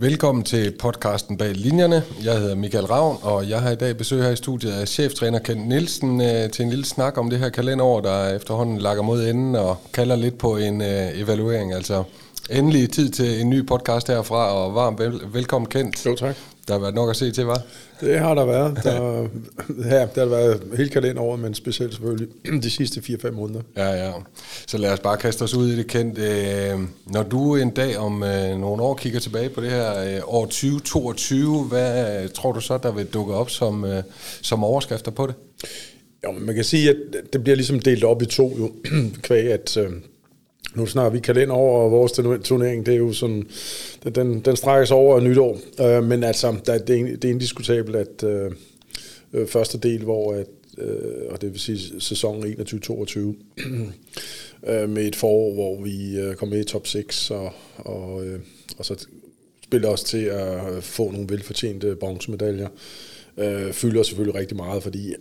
Velkommen til podcasten Bag Linjerne. Jeg hedder Michael Ravn, og jeg har i dag besøg her i studiet af cheftræner Kent Nielsen til en lille snak om det her kalenderår, der efterhånden lakker mod enden og kalder lidt på en evaluering. Altså endelig tid til en ny podcast herfra, og varmt velkommen Kent. Jo, tak. Der har været nok at se til, hva'? Det har der været. Der har været hele kalenderåret, men specielt selvfølgelig de sidste 4-5 måneder. Ja. Så lad os bare kaste os ud i det, Kent. Når du en dag om nogle år kigger tilbage på det her år 2022, hvad tror du så, der vil dukke op som overskrifter på det? Jo, man kan sige, at det bliver ligesom delt op i to, jo, kvæg at... Nu snakker vi kalenderår, og vores turnering, det er jo sådan, den strækker sig over nytår. Men altså, det er indiskutabelt, at første del, hvor og det vil sige sæsonen 21-22, med et forår, hvor vi kom med i top 6, og så spiller os til at få nogle velfortjente bronzemedaljer, fylder selvfølgelig rigtig meget, fordi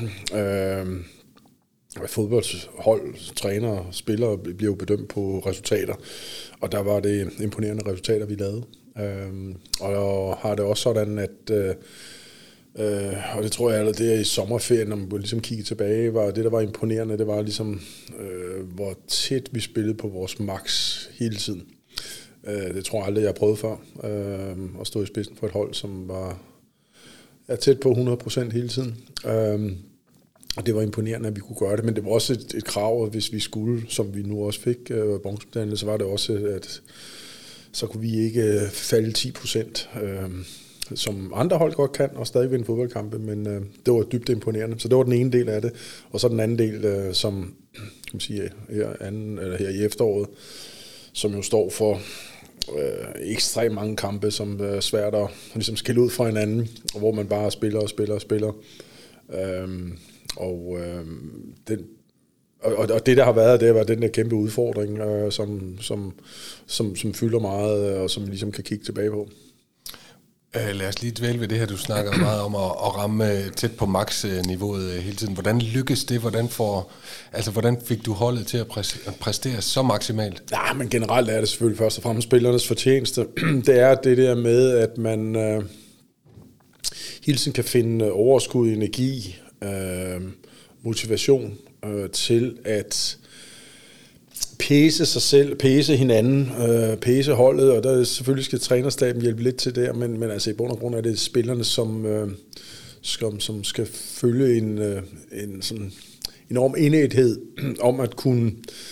fodboldhold, trænere, spillere bliver jo bedømt på resultater, og der var det imponerende resultater, vi lavede. Og har det også sådan, at og det tror jeg allerede, det er i sommerferien, når man ligesom kigge tilbage, var det, der var imponerende, det var ligesom, hvor tæt vi spillede på vores max hele tiden. Det tror jeg aldrig, jeg har prøvet før, at stå i spidsen for et hold, som var tæt på 100% hele tiden. Og det var imponerende, at vi kunne gøre det, men det var også et krav, at hvis vi skulle, som vi nu også fik bronzemedaljen, så var det også, at så kunne vi ikke falde 10%, som andre hold godt kan, og stadig vinde fodboldkampe, men det var dybt imponerende. Så det var den ene del af det, og så den anden del, som kan man sige, her i efteråret, som jo står for ekstremt mange kampe, som er svært at ligesom skille ud fra hinanden, og hvor man bare spiller. Og det, der har været, det har været den der kæmpe udfordring, som fylder meget, og som vi ligesom kan kigge tilbage på. Lad os lige dvæle ved det her, du snakker meget om at ramme tæt på max-niveauet hele tiden. Hvordan lykkes det? Hvordan fik du holdet til at præstere så maksimalt? Ja, men generelt er det selvfølgelig først og fremmest spillernes fortjeneste. Det er det der med, at man hele tiden kan finde overskud, energi, motivation til at pæse sig selv, pæse hinanden, pæse holdet, og der selvfølgelig skal trænerstaben hjælpe lidt til det, men altså i bund og grund er det spillerne, som skal følge en sådan enorm indæthed om at kunne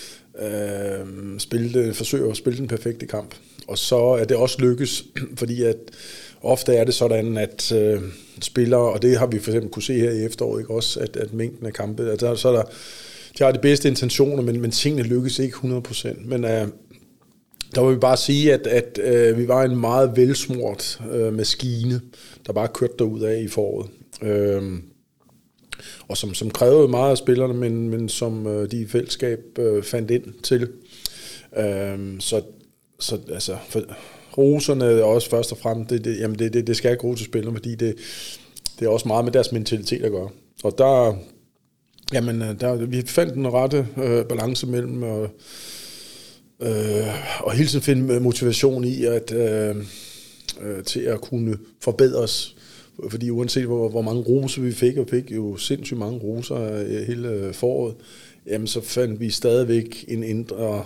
forsøge at spille den perfekte kamp. Og så er det også lykkes, fordi at ofte er det sådan, at spillere, og det har vi for eksempel kunne se her i efteråret, ikke også, at mængden af kampe, at så er der, de har de bedste intentioner, men tingene lykkes ikke 100%. Men der vil vi bare sige, at vi var en meget velsmurt maskine, der bare kørte derudad i foråret. Og som krævede meget af spillerne, men som de i fællesskab fandt ind til. Så altså... Roserne er også først og fremmest, det skal ikke gå til spillerne, fordi det er også meget med deres mentalitet at gøre. Og vi fandt den rette balance mellem og hele tiden finde motivation i til at kunne forbedre os. Fordi uanset hvor mange roser vi fik, og fik jo sindssygt mange roser hele foråret, jamen så fandt vi stadigvæk en indre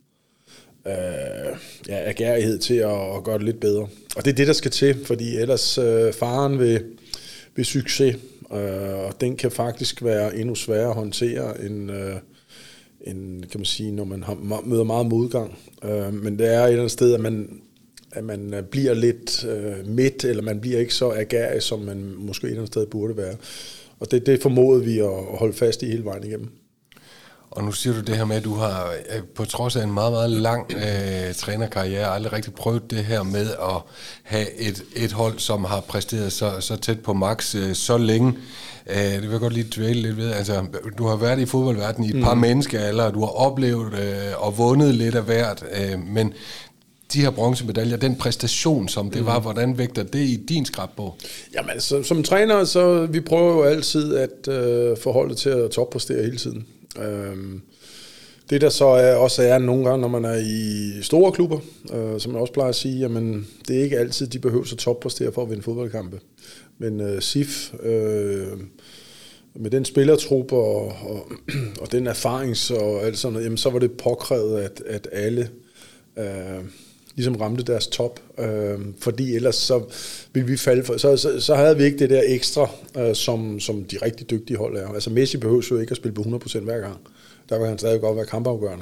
agerighed til at gøre det lidt bedre. Og det er det, der skal til, fordi ellers faren ved succes, og den kan faktisk være endnu sværere at håndtere end kan man sige, når man møder meget modgang. Men det er et eller andet sted, at man bliver lidt midt, eller man bliver ikke så agerig, som man måske et eller andet sted burde være. Og det formåede vi at holde fast i hele vejen igennem. Og nu siger du det her med, at du har på trods af en meget, meget lang trænerkarriere aldrig rigtig prøvet det her med at have et hold, som har præsteret så tæt på max så længe. Det vil jeg godt lige dvæle lidt ved. Altså, du har været i fodboldverdenen i et par menneskealder, du har oplevet og vundet lidt af hvert, men de her bronzemedaljer, den præstation, som det var, hvordan vægter det i din skrabbog? Jamen, altså, som træner, så vi prøver jo altid at få holdet til at toppræstere hele tiden. Det der så også er nogle gange, når man er i store klubber, som jeg også plejer at sige, jamen det er ikke altid, de behøver så toppræstere for at vinde fodboldkampe. Men SIF, med den spillertrup og den erfarings og alt sådan noget, jamen så var det påkrævet, at alle ligesom ramte deres top, fordi ellers så ville vi falde for, så havde vi ikke det der ekstra, som de rigtig dygtige hold er. Altså Messi behøver jo ikke at spille på 100% hver gang. Der kan han stadig godt være kampafgørende.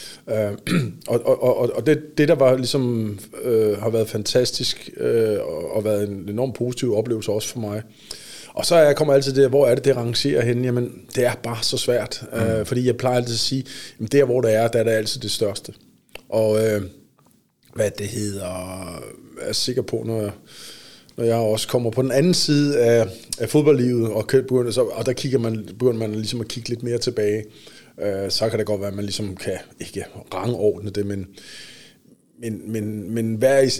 Og det der var ligesom har været fantastisk og været en enormt positiv oplevelse også for mig. Og så kommer altid det, hvor er det rangerer henne? Jamen, det er bare så svært, fordi jeg plejer altid at sige, jamen der hvor det er, der er det altid det største. Og hvad det hedder, er sikker på, når jeg også kommer på den anden side af fodboldlivet, og der begynder man ligesom at kigge lidt mere tilbage, så kan det godt være, at man ligesom kan ikke rangordne det, men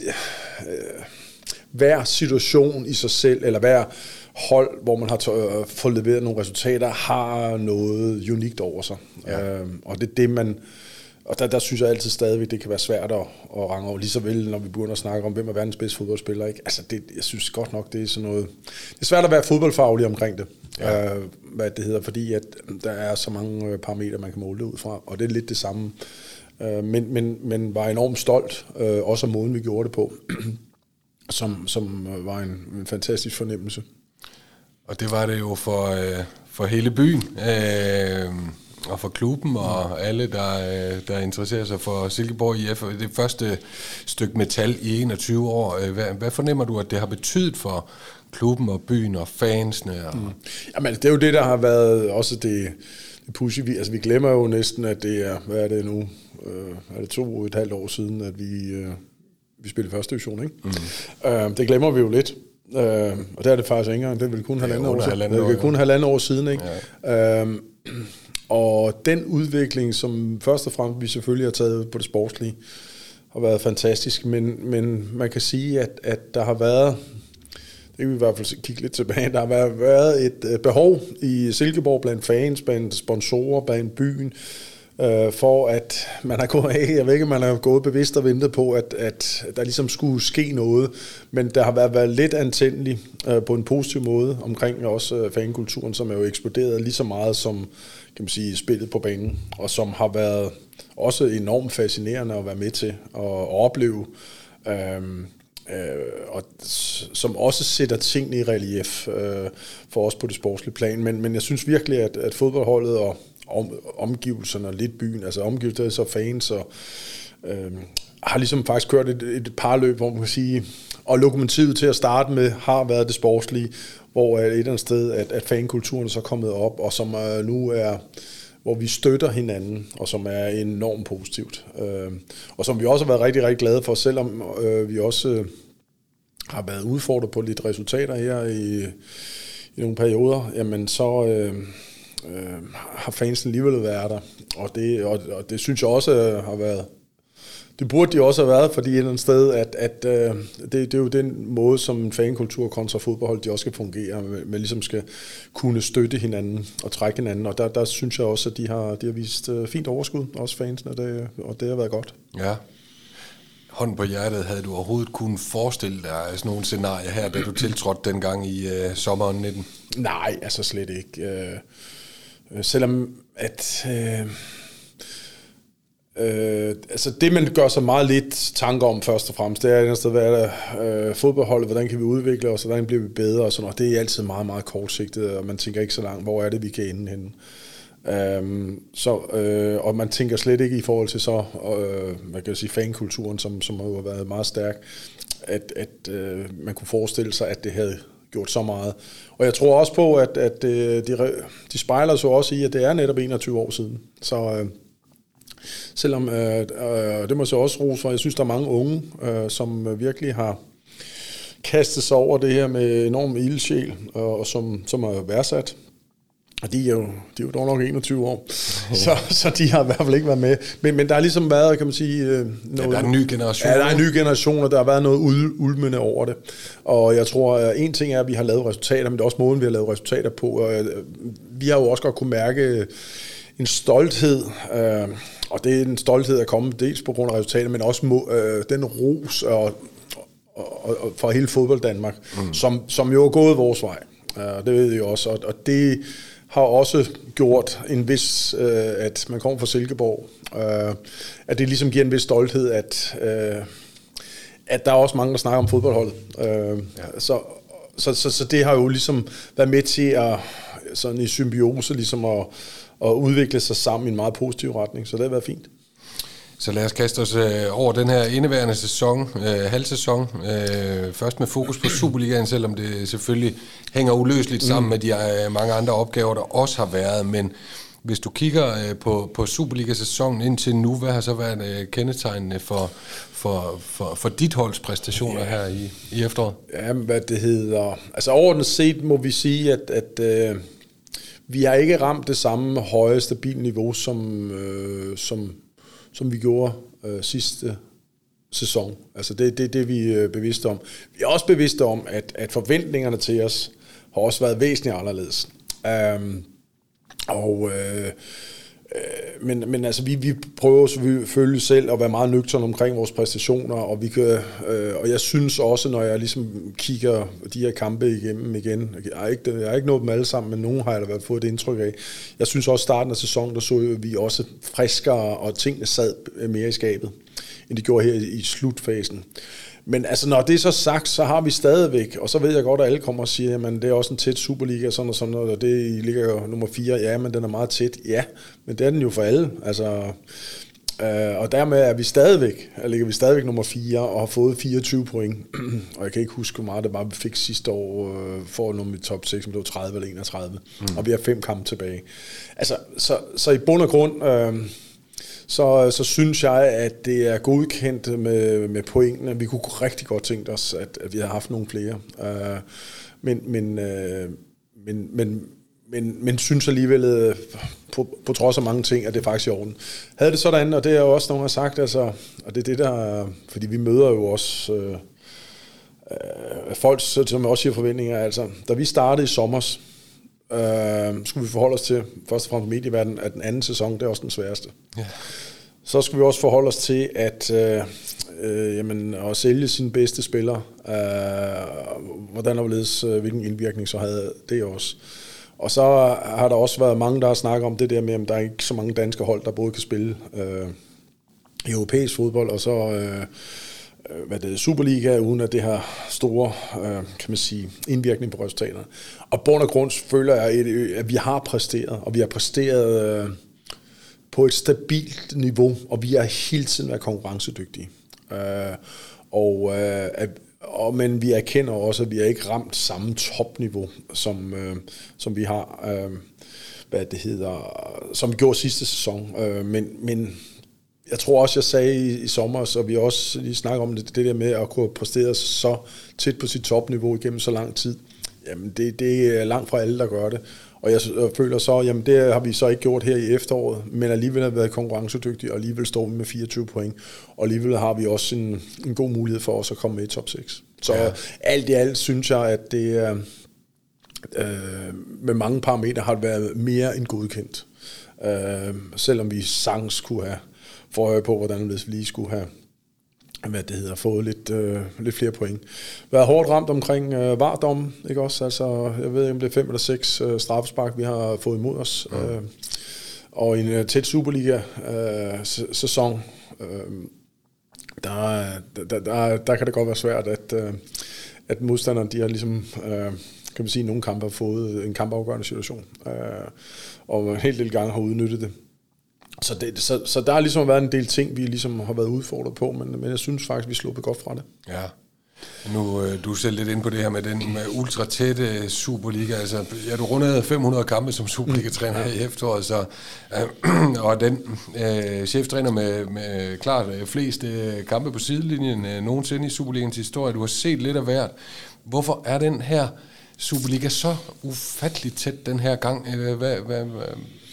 hver situation i sig selv, eller hver hold, hvor man har fået leveret nogle resultater, har noget unikt over sig. Ja. Og det er det, man... Og der synes jeg altid stadigvæk, det kan være svært at range over. Lige så vel, når vi begynder at snakke om, hvem er verdens bedste fodboldspiller. Ikke? Altså jeg synes godt nok, det er sådan noget... Det er svært at være fodboldfaglig omkring det. Ja. Hvad det hedder, fordi at der er så mange parametre, man kan måle det ud fra. Og det er lidt det samme. Men var enormt stolt, også af måden, vi gjorde det på. som var en fantastisk fornemmelse. Og det var det jo for hele byen. Og for klubben og alle, der interesserer sig for Silkeborg IF. Det første stykke metal i 21 år. Hvad fornemmer du, at det har betydet for klubben og byen og fansene? Jamen, det er jo det, der har været også det pushy. Vi glemmer jo næsten, at det er, hvad er det nu? Er det 2,5 år siden, at vi spillede første division, ikke? Det glemmer vi jo lidt. Og der er det faktisk ikke engang. Det er vel kun halvandet år siden, ikke? Ja. Og den udvikling, som først og fremmest vi selvfølgelig har taget på det sportslige, har været fantastisk. Men man kan sige, at der har været, det kan vi i hvert fald kigge lidt tilbage, der har været et behov i Silkeborg blandt fans, blandt sponsorer, blandt byen, for at man har gået af, jeg ved ikke, man har gået bevidst og ventet på, at der ligesom skulle ske noget, men der har været lidt antændelig på en positiv måde omkring også fankulturen, som er jo eksploderet lige så meget som, kan man sige, spillet på banen, og som har været også enormt fascinerende at være med til at opleve, og som også sætter tingene i relief for os på det sportslige plan, men jeg synes virkelig, at fodboldholdet og omgivelserne og lidt byen, altså omgivelserne så fans, og har ligesom faktisk kørt et parløb, hvor man kan sige, og lokomotivet til at starte med har været det sportslige, hvor et eller andet sted, at fankulturen så er kommet op, og som nu er, hvor vi støtter hinanden, og som er enormt positivt. Og som vi også har været rigtig, rigtig glade for, selvom vi også har været udfordret på lidt resultater her i nogle perioder, jamen så har fansen alligevel været der. Og det synes jeg også har været, det burde de også have været, fordi et eller andet sted, at det er jo den måde, som fankultur kontra fodboldhold, de også skal fungere, med ligesom skal kunne støtte hinanden og trække hinanden, og der synes jeg også, at de har vist fint overskud, også fansene, og det har været godt. Ja. Hånden på hjertet, havde du overhovedet kunne forestille dig sådan nogle scenarier her, da du tiltrådte dengang i sommeren 19? Nej, altså slet ikke. Selvom at... altså det man gør så meget lidt tanker om først og fremmest, det er et sted, hvad er der fodboldholdet, hvordan kan vi udvikle os, hvordan bliver vi bedre og sådan noget. Det er altid meget, meget kortsigtet, og man tænker ikke så langt, hvor er det, vi kan ende henne. Og man tænker slet ikke i forhold til så, hvad kan jeg sige, fankulturen, som har været meget stærk, at man kunne forestille sig, at det havde gjort så meget. Og jeg tror også på, at de spejler så også i, at det er netop 21 år siden. Så selvom, det må så også rose for, jeg synes, der er mange unge, som virkelig har kastet sig over det her med enorm ildsjæl, og som er værdsat. Og de er jo dog nok 21 år, så de har i hvert fald ikke været med. Men der har ligesom været, kan man sige... noget, der er en ny generation. Ja, der er en ny generation, og der har været noget ulmende over det. Og jeg tror, at en ting er, at vi har lavet resultater, men det er også måden, vi har lavet resultater på. Og vi har jo også godt kunne mærke en stolthed, og det er en stolthed at komme dels på grund af resultatet, men også den ros og for hele fodbold Danmark, som jo er gået vores vej. Det ved jeg også, og det har også gjort en vis, at man kommer fra Silkeborg, at det ligesom giver en vis stolthed, at der er også mange, der snakker om fodboldholdet. Så det har jo ligesom været med til at, sådan i symbiose, ligesom at udvikle sig sammen i en meget positiv retning, så det har været fint. Så lad os kaste os over den her indeværende sæson, halvsæson. Først med fokus på Superligaen, selvom det selvfølgelig hænger uløseligt sammen med de mange andre opgaver, der også har været. Men hvis du kigger på Superliga-sæsonen indtil nu, hvad har så været kendetegnende for dit holds præstationer her i efteråret? Ja, hvad det hedder. Altså overordnet set må vi sige, at vi har ikke ramt det samme høje, stabile niveau, som vi gjorde sidste sæson. Altså det vi er bevidste om. Vi er også bevidste om, at forventningerne til os har også været væsentligt anderledes. Men altså vi prøver selvfølgelig selv at være meget nøgterne omkring vores præstationer, og og jeg synes også, når jeg ligesom kigger de her kampe igennem igen, jeg har ikke nået dem alle sammen, men nogen har jeg da fået et indtryk af. Jeg synes også, starten af sæsonen, der så vi også friskere, og tingene sad mere i skabet, end de gjorde her i slutfasen. Men altså, når det er så sagt, så har vi stadigvæk, og så ved jeg godt, at alle kommer og siger, at det er også en tæt Superliga, sådan, og det ligger jo nummer 4, ja, men den er meget tæt, ja, men det er den jo for alle, altså, og dermed ligger vi stadigvæk nummer 4, og har fået 24 point, og jeg kan ikke huske, hvor meget det var, vi fik sidste år, for nummer i top 6, som det var 30 eller 31, og vi har 5 kampe tilbage. Altså, så i bund og grund, så synes jeg, at det er godkendt med pointene. Vi kunne rigtig godt tænke os, at vi havde haft nogle flere. Men synes alligevel, på trods af mange ting, at det er faktisk i orden. Havde det sådan, og det er jo også nogen har sagt, altså, og det er det der, fordi vi møder jo også folk, som også siger forventninger, altså, da vi startede i sommers, skulle vi forholde os til, først og fremmest medieverdenen, at den anden sæson, det er også den sværeste. Ja. Så skulle vi også forholde os til, at at sælge sine bedste spillere, hvordan og hvilken indvirkning så havde det også. Og så har der også været mange, der har snakket om det der med, at der er ikke så mange danske hold, der både kan spille europæisk fodbold, og så Superliga, uden at det har store, kan man sige, indvirkning på resultaterne. Og bund og grund føler jeg, at vi har præsteret, og vi har præsteret på et stabilt niveau, og vi har hele tiden været konkurrencedygtige. Men vi erkender også, at vi har ikke ramt samme topniveau, som vi har, som vi gjorde sidste sæson. Men jeg tror også, jeg sagde i sommer, så vi også lige snakker om det der med at kunne præstere så tæt på sit topniveau igennem så lang tid. Jamen det er langt fra alle, der gør det. Og jeg føler så, jamen det har vi så ikke gjort her i efteråret, men alligevel har været konkurrencedygtige, og alligevel står vi med 24 point, og alligevel har vi også en god mulighed for os at komme med i top 6. Så alt i alt synes jeg, at det er, med mange parametre har det været mere end godkendt. Selvom vi sagtens kunne have forhøje på, hvordan vi lige skulle have fået lidt flere point. Været hårdt ramt omkring VAR-dommen, ikke også? Altså, jeg ved ikke, om det er 5 eller 6 straffespark, vi har fået imod os. Og en tæt Superliga-sæson, der kan det godt være svært, at modstanderne, de har ligesom, kan man sige, nogle kampe har fået en kampafgørende situation. Og en hel del gange har udnyttet det. Så der har ligesom været en del ting, vi ligesom har været udfordret på, men jeg synes faktisk, vi slog godt fra det. Ja. Nu, du er selv lidt inde på det her med den ultratætte Superliga. Altså, du rundede 500 kampe som Superliga-træner i efteråret, så, og den cheftræner med klart flest kampe på sidelinjen nogensinde i Superligaens historie. Du har set lidt af hvert. Hvorfor er den her Superliga så ufatteligt tæt den her gang?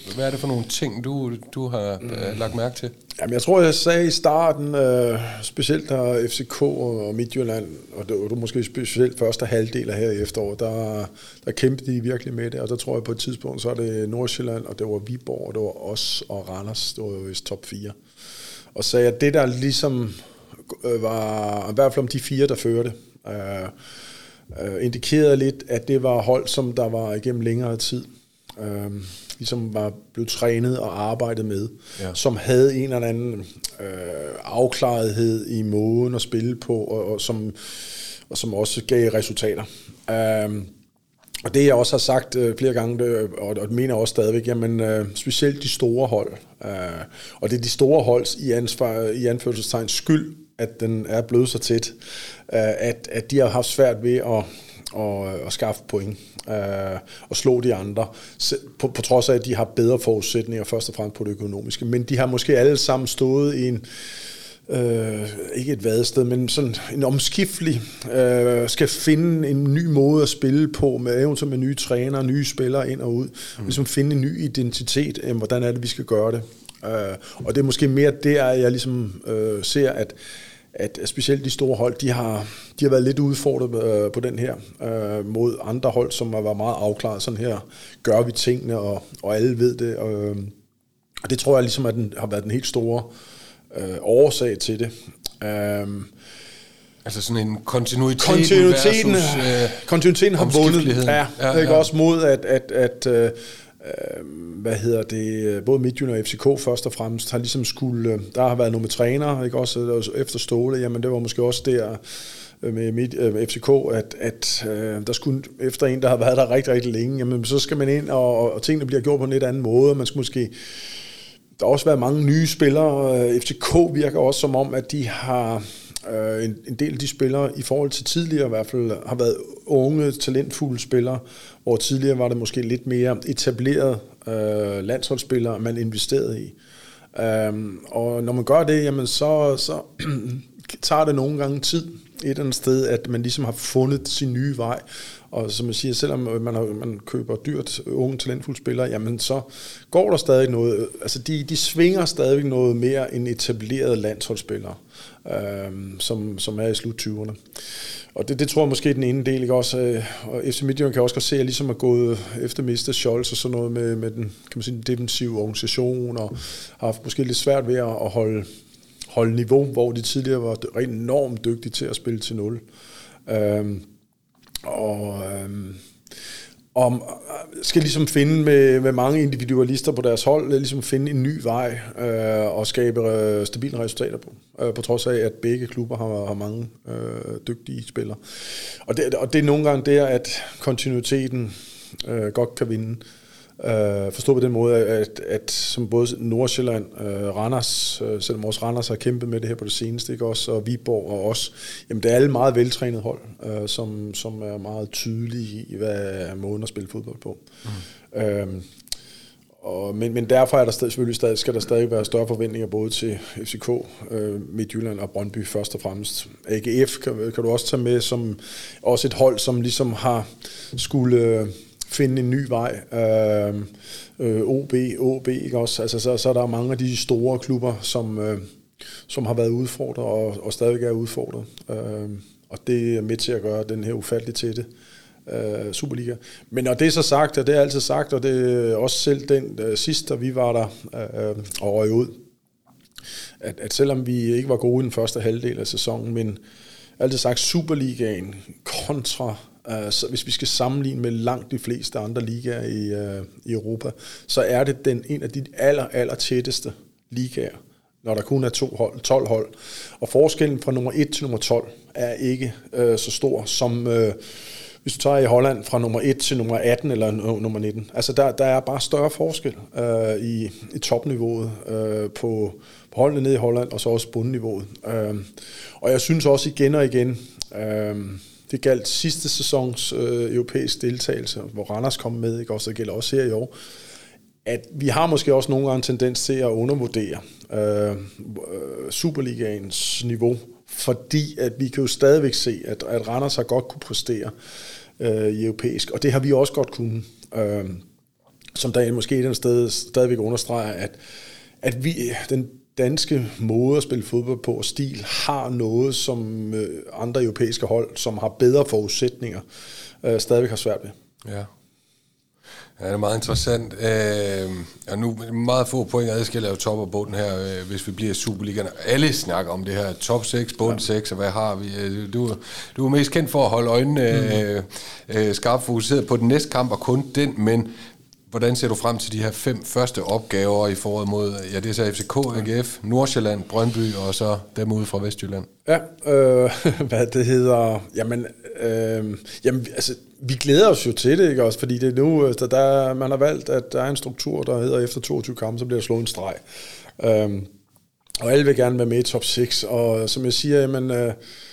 Hvad er det for nogle ting, du har lagt mærke til? Jamen, jeg tror, jeg sagde i starten, specielt der FCK og Midtjylland, og det var måske specielt første halvdel af her i efteråret, der kæmpede de virkelig med det, og der tror jeg på et tidspunkt, så er det Nordsjælland, og det var Viborg, og det var os og Randers, det var jo vist top 4. Og sagde, at det der ligesom var, i hvert fald om de 4, der førte, indikerede lidt, at det var hold, som der var igennem længere tid, ligesom var blevet trænet og arbejdet med, som havde en eller anden afklarethed i måden at spille på, og som også gav resultater. Og det jeg også har sagt flere gange, og mener også stadigvæk, jamen specielt de store hold, og det er de store holds i anførselstegns skyld, at den er blevet så tæt, at de har haft svært ved at skaffe point og slå de andre, på trods af, at de har bedre forudsætninger, først og fremmest på det økonomiske. Men de har måske alle sammen stået i en, ikke et vadested, men sådan en omskiftelig, skal finde en ny måde at spille på, med eventuelt med nye trænere, nye spillere ind og ud, ligesom finde en ny identitet, hvordan er det, vi skal gøre det. Og det er måske mere der, jeg ligesom ser, at specielt de store hold, de har været lidt udfordret på den her, mod andre hold, som har været meget afklaret. Sådan her gør vi tingene, og alle ved det. Og det tror jeg ligesom, at den har været den helt store årsag til det. Altså sådan en kontinuiteten har vundet. Ja. Også mod, at både Midtjylland og FCK først og fremmest har ligesom skulle, der har været nogle med træner, ikke også efter Ståle, jamen det var måske også der med FCK, at der skulle efter en, der har været der rigtig, rigtig længe, jamen så skal man ind, og tingene bliver gjort på en lidt anden måde, man skal måske, der har også været mange nye spillere, FCK virker også som om, at de har en del af de spillere, i forhold til tidligere i hvert fald, har været unge, talentfulde spillere, hvor tidligere var det måske lidt mere etableret landsholdsspillere, man investerede i. Og når man gør det, jamen så tager det nogle gange tid et eller andet sted, at man ligesom har fundet sin nye vej. Og som jeg siger, selvom man køber dyrt unge talentfulde spillere, jamen så går der stadig noget, altså de svinger stadig noget mere end etablerede landsholdsspillere, som er i slut 20'erne. Og det tror jeg måske er den ene del, ikke også? Og FC Midtjylland kan også godt se, at ligesom er gået efter Mr. Scholz og sådan noget med den, kan man sige, den defensive organisation, og har haft måske lidt svært ved at holde niveau, hvor de tidligere var enormt dygtige til at spille til 0. Og skal ligesom finde med mange individualister på deres hold, ligesom finde en ny vej og skabe stabile resultater på trods af, at begge klubber har mange dygtige spillere. Og det er nogle gange der, at kontinuiteten godt kan vinde. Forstå på den måde, at som både Nordsjælland, Randers, selvom også Randers har kæmpet med det her på det seneste, ikke også, og Viborg og os, jamen det er alle meget veltrænet hold, som er meget tydelige i, hvad er måden at spille fodbold på. Men derfor er der selvfølgelig skal der stadig være større forventninger både til FCK, Midtjylland og Brøndby først og fremmest. AGF kan du også tage med som også et hold, som ligesom har skulle finde en ny vej. OB, ikke også? Altså, så er der mange af de store klubber, som har været udfordret og stadig er udfordret. Og det er med til at gøre den her ufattelig tætte Superliga. Men når det er så sagt, og det er altid sagt, og det er også selv den sidste, da vi var der og røg ud, at selvom vi ikke var gode i den første halvdel af sæsonen, men altid sagt Superligaen kontra hvis vi skal sammenligne med langt de fleste andre ligaer i Europa, så er det en af de aller tætteste ligaer, når der kun er 12 hold. Og forskellen fra nummer 1 til nummer 12 er ikke så stor som hvis du tager i Holland fra nummer 1 til nummer 18 eller nummer 19. Altså der er bare større forskel i topniveauet på holdene nede i Holland, og så også bundniveauet. Og jeg synes også igen og igen, det galt sidste sæsons europæisk deltagelse, hvor Randers kom med, ikke? Også det gælder også her i år, at vi har måske også nogle gange tendens til at undervurdere Superligaens niveau, fordi at vi kan jo stadigvæk se, at Randers har godt kunne præstere i europæisk, og det har vi også godt kunnet. som der måske et eller andet sted stadigvæk understreger, at vi, den danske måde at spille fodbold på og stil, har noget, som andre europæiske hold, som har bedre forudsætninger, stadigvæk har svært ved. Ja. Ja, det er meget interessant. Og nu meget få point adskiller jo top og bund her, hvis vi bliver Superligaen. Alle snakker om det her top 6, bund 6, og hvad har vi? Du er mest kendt for at holde øjnene skarpt fokuseret på den næste kamp, og kun den, men hvordan ser du frem til de her 5 første opgaver i foråret mod, ja, det er så FCK, AGF, Nordsjælland, Brøndby, og så dem ude fra Vestjylland? Ja, hvad det hedder, jamen altså, vi glæder os jo til det, ikke også, fordi det er nu, man har valgt, at der er en struktur, der hedder, efter 22 kampe, så bliver der slået en streg. Og alle vil gerne være med i top 6, og som jeg siger, jamen,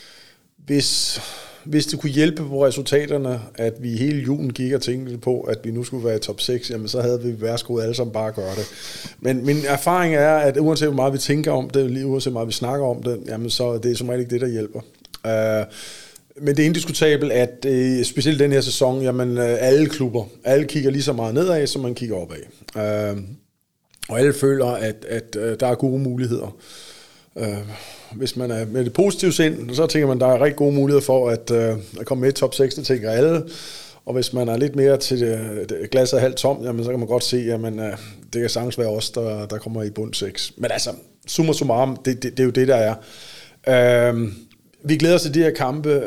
hvis det kunne hjælpe på resultaterne, at vi hele julen gik og tænkte på, at vi nu skulle være i top 6, jamen så havde vi værsgo alle sammen bare at gøre det. Men min erfaring er, at uanset hvor meget vi tænker om det, lige uanset hvor meget vi snakker om det, jamen så det er som regel ikke det, der hjælper. Men det er indiskutabelt, at specielt den her sæson, jamen alle kigger lige så meget nedad, som man kigger opad. Og alle føler, at der er gode muligheder. Hvis man er med det positive sind, så tænker man, at der er rigtig gode muligheder for at komme med i top 6, det tænker alle. Og hvis man er lidt mere til det glas er halvt tom, jamen, så kan man godt se, at det kan sagtens være os, der kommer i bund 6. Men altså, summa summarum, det er jo det, der er. Vi glæder os til de her kampe,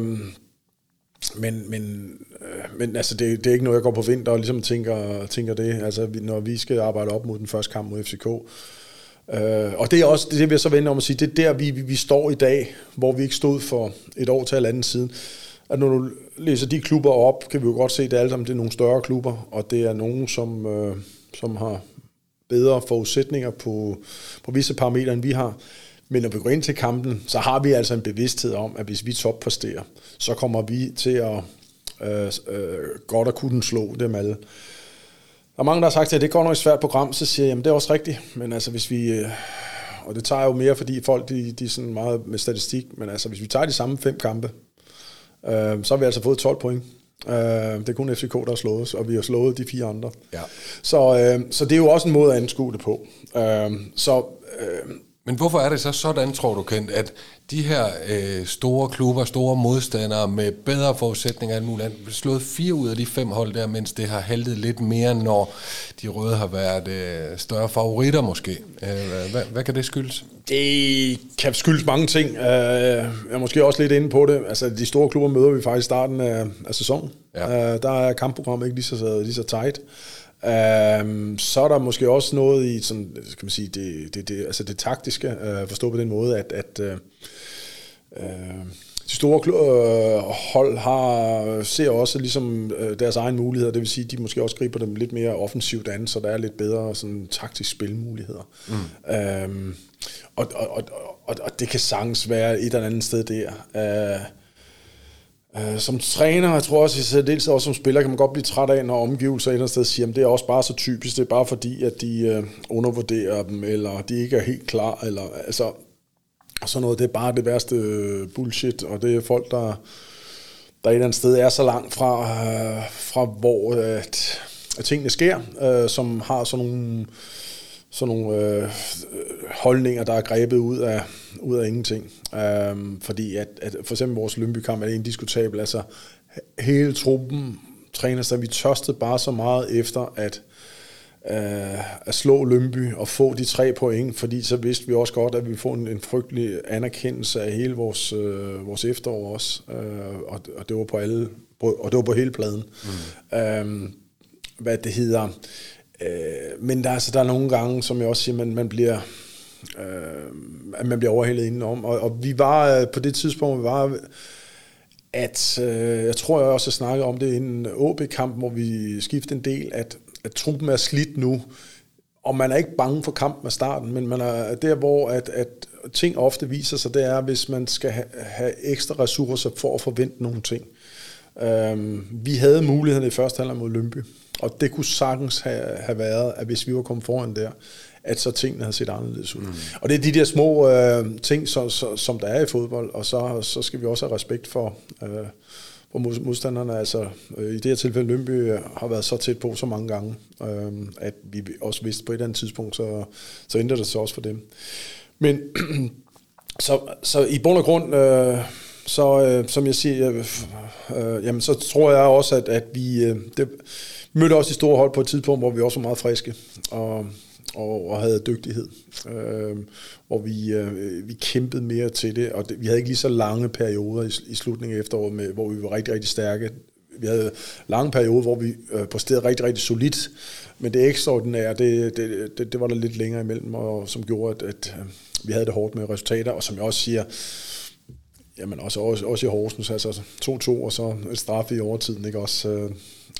men altså, det er ikke noget, jeg går på vinter og ligesom tænker det. Altså, når vi skal arbejde op mod den første kamp mod FCK. Og det er også, det vil jeg så vende om at sige, det er der, vi står i dag, hvor vi ikke stod for et år til halvanden siden. At når du læser de klubber op, kan vi jo godt se, at det alle sammen det er nogle større klubber, og det er nogen, som har bedre forudsætninger på visse parametre, end vi har. Men når vi går ind til kampen, så har vi altså en bevidsthed om, at hvis vi toppræsterer, så kommer vi til at godt at kunne slå dem alle. Der er mange, der har sagt, at det går nok et svært program, så siger jeg, jamen det er også rigtigt, men altså hvis vi, og det tager jo mere, fordi folk de er sådan meget med statistik, men altså hvis vi tager de samme 5 kampe, så har vi altså fået 12 point. Det er kun FCK, der har slået os, og vi har slået de 4 andre. Ja. Så det er jo også en måde at anskue det på. Men hvorfor er det så sådan, tror du, Kent, at de her store klubber, store modstandere med bedre forudsætninger end muligt, slået 4 ud af de 5 hold der, mens det har haltet lidt mere, når de røde har været større favoritter måske? Hvad kan det skyldes? Det kan skyldes mange ting. Jeg er måske også lidt inde på det. Altså, de store klubber møder vi faktisk i starten af sæsonen. Ja. Der er kampprogrammet ikke lige så tight. Så er der måske også noget i sådan, skal man sige, altså det taktiske, forstå på den måde, at de store hold ser også ligesom deres egen muligheder, det vil sige, at de måske også griber dem lidt mere offensivt an, så der er lidt bedre sådan taktisk spilmuligheder. Og det kan sagtens være et eller andet sted der. Som træner, jeg tror også, i særdeleshed også som spiller, kan man godt blive træt af, når omgivelser et eller andet sted siger, at det er også bare så typisk, det er bare fordi, at de undervurderer dem, eller de ikke er helt klar, eller altså, sådan noget, det er bare det værste bullshit, og det er folk, der et eller andet sted er så langt fra hvor at tingene sker, som har sådan nogle holdninger, der er grebet ud af ingenting. Fordi at for eksempel vores Lyngby-kamp er indiskutabel. Altså hele truppen træner sig. Vi tørstede bare så meget efter at slå Lyngby og få de 3 point, fordi så vidste vi også godt, at vi får en frygtelig anerkendelse af hele vores efterår også. Og det var på alle, og det var på hele pladen. Hvad det hedder. Men der er nogle gange, som jeg også siger, man bliver overhældet indenom. Og vi var på det tidspunkt, jeg tror jeg også snakkede om det i en OB-kamp, hvor vi skiftede en del, at truppen er slidt nu, og man er ikke bange for kampen af starten, men man er der, hvor at ting ofte viser sig, det er, hvis man skal have ekstra ressourcer for at forvente nogle ting. Vi havde muligheden i første halvleg mod Lyngby, og det kunne sagtens have været, at hvis vi var kommet foran der, at så tingene havde set anderledes ud. Og det er de der små ting, som der er i fodbold, og så skal vi også have respekt for hvor modstanderne, altså i det her tilfælde Lyngby, har været så tæt på så mange gange, at vi også vidste på et eller andet tidspunkt, så ændrer det sig også for dem. Men så i bund og grund, som jeg siger, jamen så tror jeg også, at vi mødte også de store hold på et tidspunkt, hvor vi også var meget friske og havde dygtighed, hvor vi kæmpede mere til det, og vi havde ikke lige så lange perioder i slutningen af efteråret, hvor vi var rigtig, rigtig stærke. Vi havde lange perioder, hvor vi præsterede rigtig, rigtig solidt, men det ekstraordinære, det var der lidt længere imellem, og som gjorde, at vi havde det hårdt med resultater, og som jeg også siger, jamen også i Horsens, altså 2-2, og så et straf i overtiden, ikke også?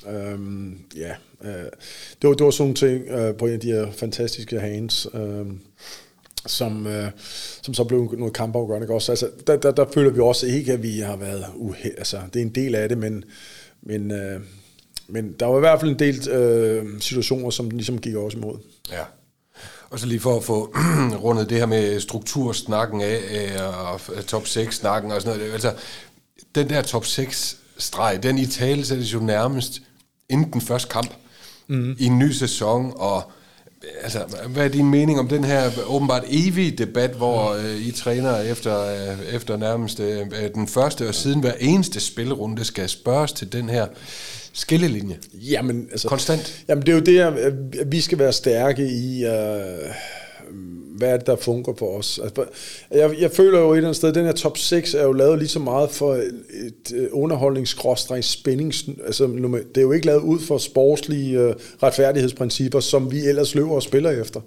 Det var sådan ting på en af de her fantastiske hands, som så blev noget kampafgørende, ikke også? Altså, der føler vi også ikke, at vi har været altså, det er en del af det, men der var i hvert fald en del situationer, som ligesom gik også imod. Ja. Og så lige for at få rundet det her med struktursnakken af, og top 6-snakken og sådan noget. Altså, den der top 6-streg, den i tale sættes jo nærmest inden den første kamp i en ny sæson. Og altså, hvad er din mening om den her åbenbart evige debat, hvor I træner efter nærmest den første, og siden hver eneste spillerunde skal spørges til den her skillelinje? Jamen, altså, konstant. Jamen, det er jo det, at vi skal være stærke i, hvad er det, der fungerer for os. Altså, jeg føler jo et eller andet sted, at den her top 6 er jo lavet lige så meget for et underholdningsskråstreg-spændings. Altså, det er jo ikke lavet ud for sportslige retfærdighedsprincipper, som vi ellers løber og spiller efter.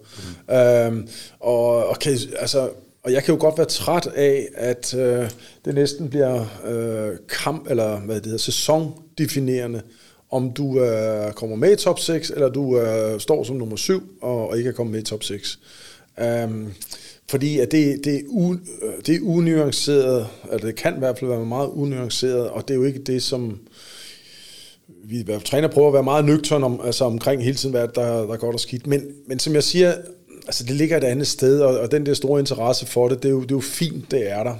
Og jeg kan jo godt være træt af, at det næsten bliver sæsondefinerende, om du kommer med i top 6, eller du står som nummer 7, og ikke er kommet med i top 6. Fordi at det er unuanceret, altså det kan i hvert fald være meget unuanceret, og det er jo ikke det, som vi træner prøver at være meget nøgtern omkring hele tiden, hvad der er godt og skidt. Men som jeg siger, altså det ligger et andet sted, og den der store interesse for det, det er jo fint, det er der.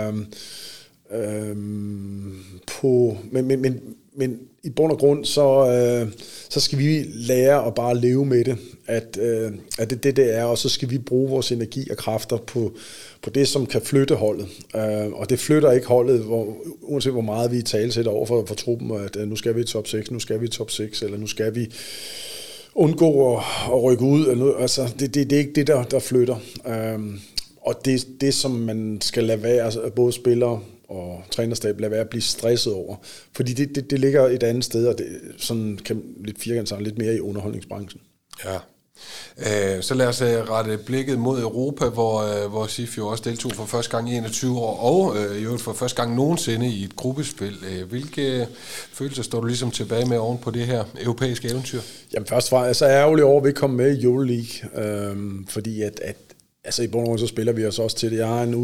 Men i bund og grund, så skal vi lære at bare leve med det, at det er, og så skal vi bruge vores energi og kræfter på det, som kan flytte holdet. Og det flytter ikke holdet, uanset hvor meget vi talesætter over for truppen, at nu skal vi i top 6, nu skal vi i top 6, eller nu skal vi undgå at rykke ud. Eller noget. Altså, det er ikke det, der flytter. Og det, som man skal lade være, altså både spillere og trænerstab, lade være at blive stresset over. Fordi det ligger et andet sted, og det sådan kan lidt firkantet sig lidt mere i underholdningsbranchen. Ja. Så lad os rette blikket mod Europa, hvor SIF jo også deltog for første gang i 21 år, og i øvrigt for første gang nogensinde i et gruppespil. Hvilke følelser står du ligesom tilbage med oven på det her europæiske eventyr? Jamen først var jeg så ærgerlig over, at vi ikke kom med i Euroleague, fordi at altså i bund og grund så spiller vi os også til det. Jeg har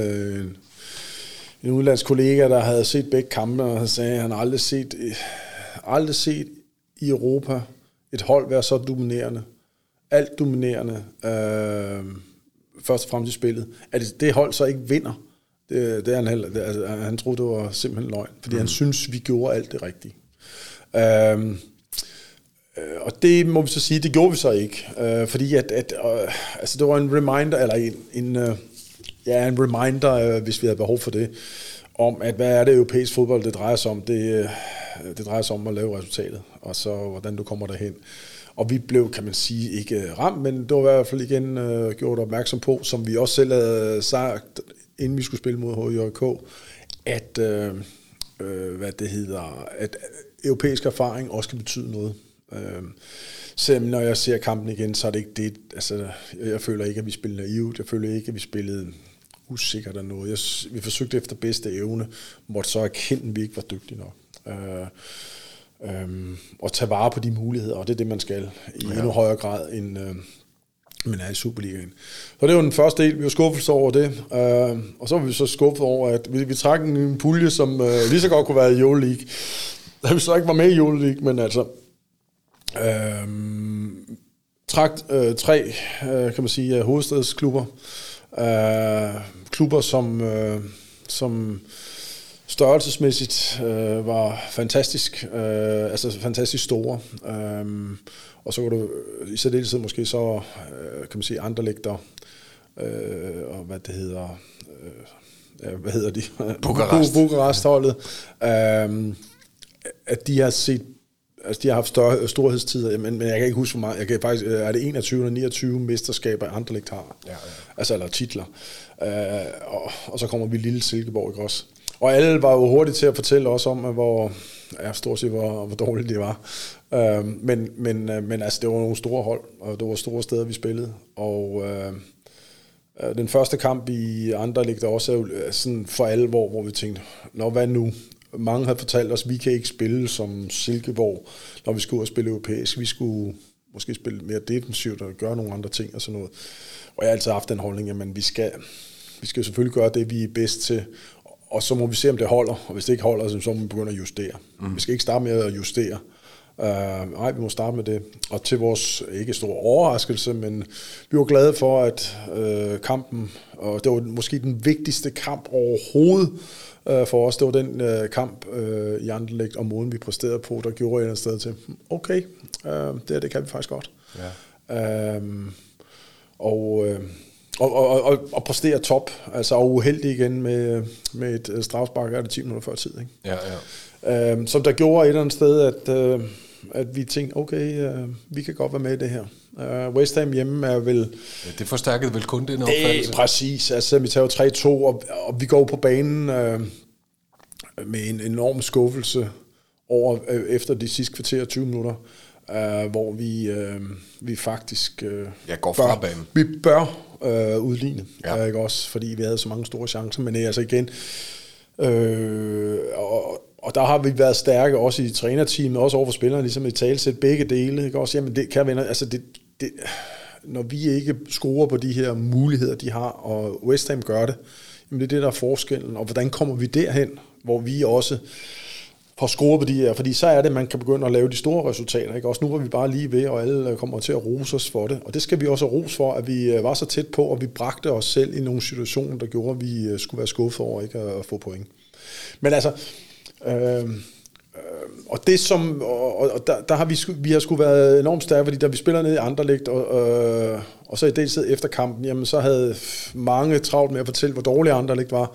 en udlandsk kollega, der havde set begge kampe, og sagde, at han aldrig set i Europa et hold være så dominerende. Alt dominerende, først og fremmest i spillet. At det hold så ikke vinder, det er han heller. Han troede, det var simpelthen løgn, fordi han synes, vi gjorde alt det rigtige. Og det må vi så sige, det gjorde vi så ikke, fordi altså det var en reminder, eller en reminder, hvis vi havde behov for det, om at hvad er det europæisk fodbold, det drejer sig om. Det drejer sig om at lave resultatet, og så hvordan du kommer derhen. Og vi blev, kan man sige, ikke ramt, men det var i hvert fald igen gjort opmærksom på, som vi også selv havde sagt, inden vi skulle spille mod HJK, at at europæisk erfaring også kan betyde noget. Selvom når jeg ser kampen igen, så er det ikke det. Altså, jeg føler ikke, at vi spillede naivt. Jeg føler ikke, at vi spillede usikkert af noget. Vi forsøgte efter bedste evne, måtte så erkende, at vi ikke var dygtige nok. Og tage vare på de muligheder, og det er det, man skal i endnu højere grad, end man er i Superligaen. Så det var den første del, vi var skuffet over det, og så var vi så skuffet over, at vi trak en pulje, som lige så godt kunne være i Euroleague. Da vi så ikke var med i Euroleague, men altså trak 3, kan man sige, hovedstadsklubber, klubber, som størrelsesmæssigt var fantastisk, altså fantastisk store. Og så var du i særdeleshed måske så, kan man sige, Anderlecht og hvad det hedder, hvad hedder de? Bukarest-holdet. At de har set, altså de har haft storhedstider, men jeg kan ikke huske, hvor meget. Jeg kan faktisk, er det 21 eller 29 mesterskaber, Anderlecht har? Ja. Altså, eller titler. Og så kommer vi lille Silkeborg, ikke også? Og alle var jo hurtigt til at fortælle os om, stort set hvor dårligt de var. Men altså, det var nogle store hold, og det var store steder, vi spillede. Og den første kamp i Anderlecht også sådan for alvor, hvor vi tænkte, hvad nu? Mange havde fortalt os, at vi kan ikke spille som Silkeborg, når vi skulle ud og spille europæisk. Vi skulle måske spille mere defensivt og gøre nogle andre ting og sådan noget. Og jeg har altid haft den holdning, at vi skal selvfølgelig gøre det, vi er bedst til, og så må vi se, om det holder. Og hvis det ikke holder, så må vi begynde at justere. Vi skal ikke starte med at justere. Nej, vi må starte med det. Og til vores ikke store overraskelse, men vi var glade for, at kampen, og det var måske den vigtigste kamp overhovedet for os, det var den kamp i Anderlecht, og måden vi præsterede på, der gjorde jeg et sted til, okay, det kan vi faktisk godt. Ja. Og præstere top, altså og uheldig igen med et strafspark, er det 10 minutter før tid, ikke? Ja. Som der gjorde et eller andet sted, at vi tænkte, okay, vi kan godt være med i det her. West Ham hjemme er vel... Ja, det forstærkede vel kun den opfattelse? Præcis, altså vi tager 3-2, og vi går på banen med en enorm skuffelse over efter de sidste kvarter 20 minutter, hvor vi faktisk går fra banen. Vi bør udligne, ikke også, fordi vi havde så mange store chancer, men altså igen, og der har vi været stærke også i trænerteamet, også over for spillerne, ligesom i talsæt begge dele, ikke også, jamen det kan venner, altså det når vi ikke scorer på de her muligheder, de har, og West Ham gør det, jamen det er det, der er forskellen, og hvordan kommer vi derhen, hvor vi også får score på de her, fordi så er det, man kan begynde at lave de store resultater, ikke? Også nu var vi bare lige ved, og alle kommer til at rose os for det, og det skal vi også rose for, at vi var så tæt på, og vi bragte os selv i nogle situationer, der gjorde, at vi skulle være skuffet over ikke at få point. Men altså, og det som, og der har vi har sgu været enormt stærke, fordi da vi spiller ned i Anderlecht, og så i deltid efter kampen, jamen så havde mange travlt med at fortælle, hvor dårlige Anderlecht var,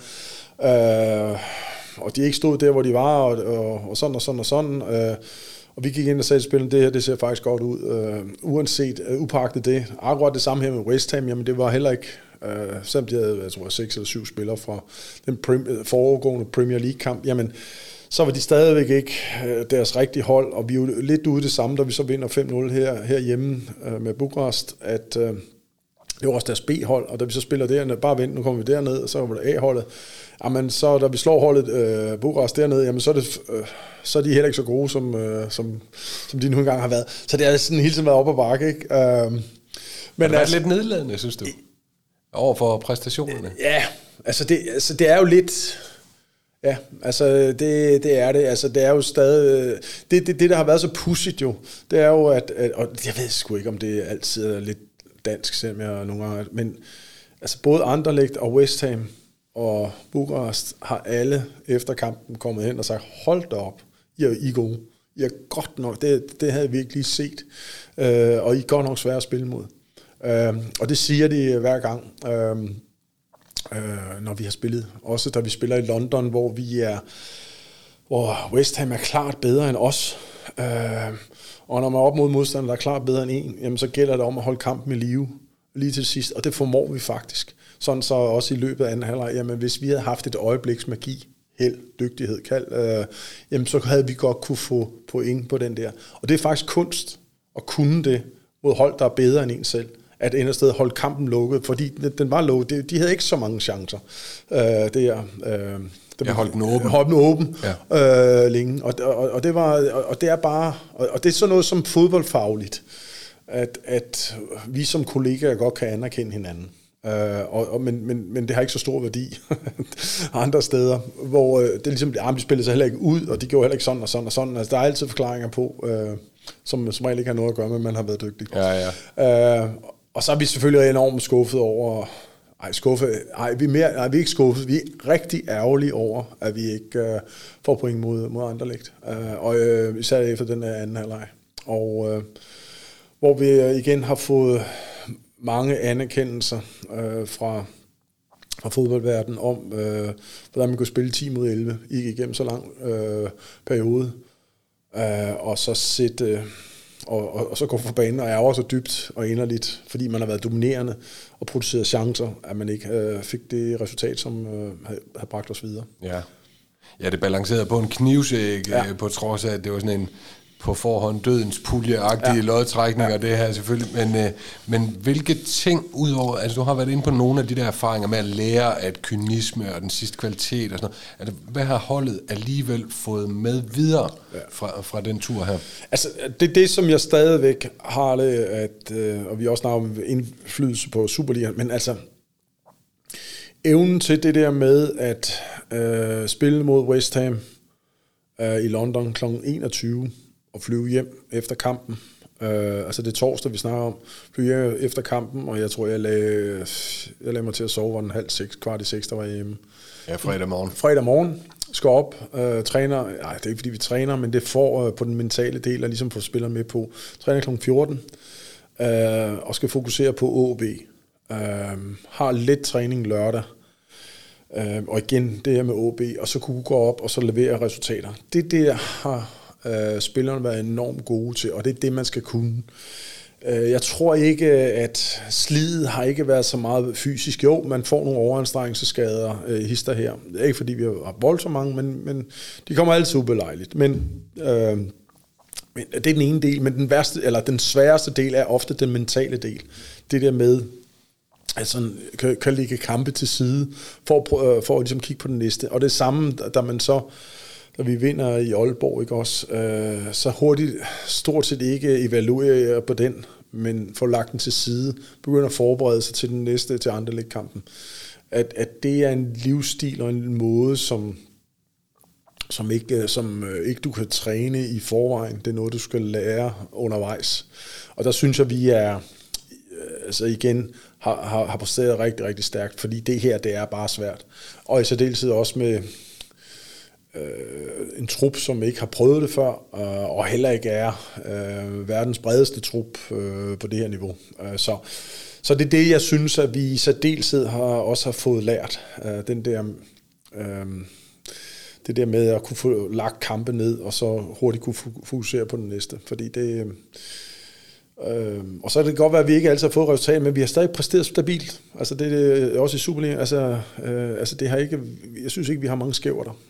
og de ikke stod der, hvor de var, og sådan og sådan og sådan, og vi gik ind og sagde til spillerne, det her, det ser faktisk godt ud, uanset, upagtet det. Akkurat det samme her med West Ham, jamen det var heller ikke, selvom de havde, jeg tror, 6 eller 7 spillere fra den foregående Premier League-kamp, jamen så var de stadigvæk ikke deres rigtige hold, og vi er jo lidt ude det samme, da vi så vinder 5-0 herhjemme med Bukarest, at det var også deres B-hold, og da vi så spiller dernede, bare vent, nu kommer vi derned, og så var det A-holdet. Jamen, så da vi slår holdet Bukarest dernede, jamen, så er de heller ikke så gode, som de nu engang har været. Så det er sådan hele tiden været op ad bakke, ikke? Men det er lidt nedladende, synes du, over for præstationerne? Ja, altså det er jo lidt... Ja, altså det er det. Altså det er jo stadig... Det der har været så pudsigt jo, det er jo, at og jeg ved sgu ikke, om det altid er lidt dansk, selvom jeg nogle gange... Men altså både Anderlecht og West Ham og Bukarest har alle efter kampen kommet hen og sagt, hold da op, I er gode. I er godt nok, det havde vi ikke lige set. Og I er godt nok svære at spille mod. Og det siger de hver gang, når vi har spillet. Også da vi spiller i London, hvor West Ham er klart bedre end os. Og når man er op mod modstandere, der er klart bedre end en, jamen så gælder det om at holde kampen i live lige til sidst. Og det formår vi faktisk. Sådan så også i løbet af anden halvleg, jamen hvis vi havde haft et øjebliks magi, held, dygtighed, jamen så havde vi godt kunne få point på den der. Og det er faktisk kunst at kunne det mod hold, der er bedre end en selv. At ender sted holde kampen lukket, fordi den var lukket. De havde ikke så mange chancer. Jeg holdt den åben. Holdt den åben længe. Og det er bare, og det er sådan noget som fodboldfagligt, at vi som kollegaer godt kan anerkende hinanden. Men det har ikke så stor værdi andre steder, hvor det ligesom, de spillede sig heller ikke ud, og de gjorde heller ikke sådan og sådan og sådan. Altså, der er altid forklaringer på, som regel ikke har noget at gøre med, at man har været dygtig. Ja. Og så er vi selvfølgelig enormt skuffet over vi er ikke skuffet. Vi er rigtig ærgerlige over, at vi ikke får point mod Anderlecht. Og især efter den anden halvleg. Og hvor vi igen har fået mange anerkendelser fra fodboldverdenen om, hvordan man kunne spille 10 mod 11, ikke igennem så lang periode, og så sætte... Og så gå for banen og ærger så dybt og inderligt, fordi man har været dominerende og produceret chancer, at man ikke fik det resultat, som havde bragt os videre. Ja, det balancerede på en knivsæg, på trods af, at det var sådan en på forhånd dødens pulje-agtige lodtrækninger, det her selvfølgelig. Men hvilke ting udover, altså du har været inde på nogle af de der erfaringer med at lære at kynisme og den sidste kvalitet og sådan noget. Altså, hvad har holdet alligevel fået med videre fra den tur her? Altså, det som jeg stadigvæk har det, at, og vi også snakker om indflydelse på Superligaen, men altså evnen til det der med at spille mod West Ham i London kl. 21 og flyve hjem efter kampen. Altså det torsdag, vi snakker om. Flyve hjem efter kampen, og jeg tror, jeg lagde mig til at sove, var den 5:30, 6:15, der var hjemme. Ja, fredag morgen. Fredag morgen. Skal op, træner. Nej, det er ikke fordi vi træner, men det får på den mentale del, at ligesom få spillere med på. Træner kl. 14, og skal fokusere på AaB. Har lidt træning lørdag. Og igen, det her med AaB, og så kunne gå op og så levere resultater. Det har spillerne været enormt gode til, og det er det, man skal kunne. Jeg tror ikke, at slidet har ikke været så meget fysisk. Jo, man får nogle overanstrengelseskader hister her. Det er ikke, fordi vi har voldsomt mange, men de kommer altid ubelejligt. Men det er den ene del, men den sværeste del er ofte den mentale del. Det der med, altså kan lægge kampe til side, for at ligesom kigge på den næste. Og det samme, da man så, da vi vinder i Aalborg, ikke også, så hurtigt stort set ikke evaluerer på den, men får lagt den til side, begynder at forberede sig til den næste, til Anderlecht-kampen. At det er en livsstil og en måde, som ikke du kan træne i forvejen. Det er noget, du skal lære undervejs. Og der synes jeg, vi er, altså igen, har præsteret rigtig, rigtig stærkt, fordi det her, det er bare svært. Og i særdeleshed også med en trup, som ikke har prøvet det før, og heller ikke er verdens bredeste trup på det her niveau. Så det er det, jeg synes, at vi i særdeleshed også har fået lært. Den der, det der med at kunne få lagt kampe ned, og så hurtigt kunne fokusere på den næste. Fordi det... og så er det godt være, at vi ikke altid har fået resultat, men vi har stadig præsteret stabilt. Altså det er også i Superligaen. Altså det har ikke, jeg synes ikke, vi har mange skæver der.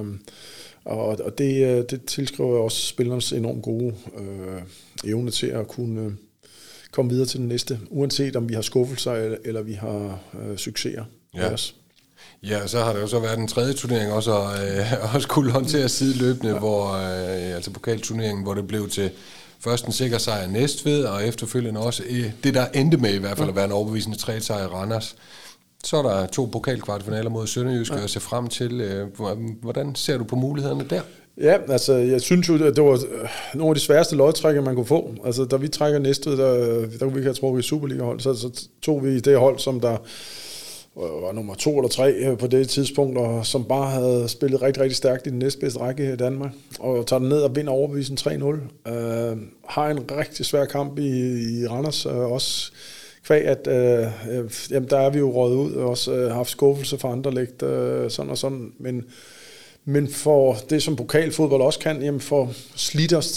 Og det tilskriver også spillernes enormt gode evne til at kunne komme videre til den næste, uanset om vi har skuffelser eller vi har succeser. Ja. Ja, så har der jo så været en tredje turnering også skulle håndtere sideløbende, hvor altså pokalturneringen, hvor det blev til først en sikker sejr Næstved, og efterfølgende også det, der endte med i hvert fald at være en overbevisende 3-sejr i Randers. Så er der 2 pokalkvartfinaler mod Sønderjysk, og jeg ser frem til. Hvordan ser du på mulighederne der? Ja, altså jeg synes jo, at det var nogle af de sværeste lodtrækker, man kunne få. Altså da vi trækker Næstved, der kunne vi ikke have trukket i Superliga-hold, så tog vi det hold, som der var nummer 2 eller 3 på det tidspunkt, og som bare havde spillet rigtig, rigtig stærkt i den næstbedste række her i Danmark, og tager den ned og vinder overbevisende 3-0. Har en rigtig svær kamp i Randers, også kvæg, at jamen, der er vi jo røget ud, og også haft skuffelse for Anderlecht, sådan og sådan, men for det, som pokalfodbold også kan, jamen for slidt os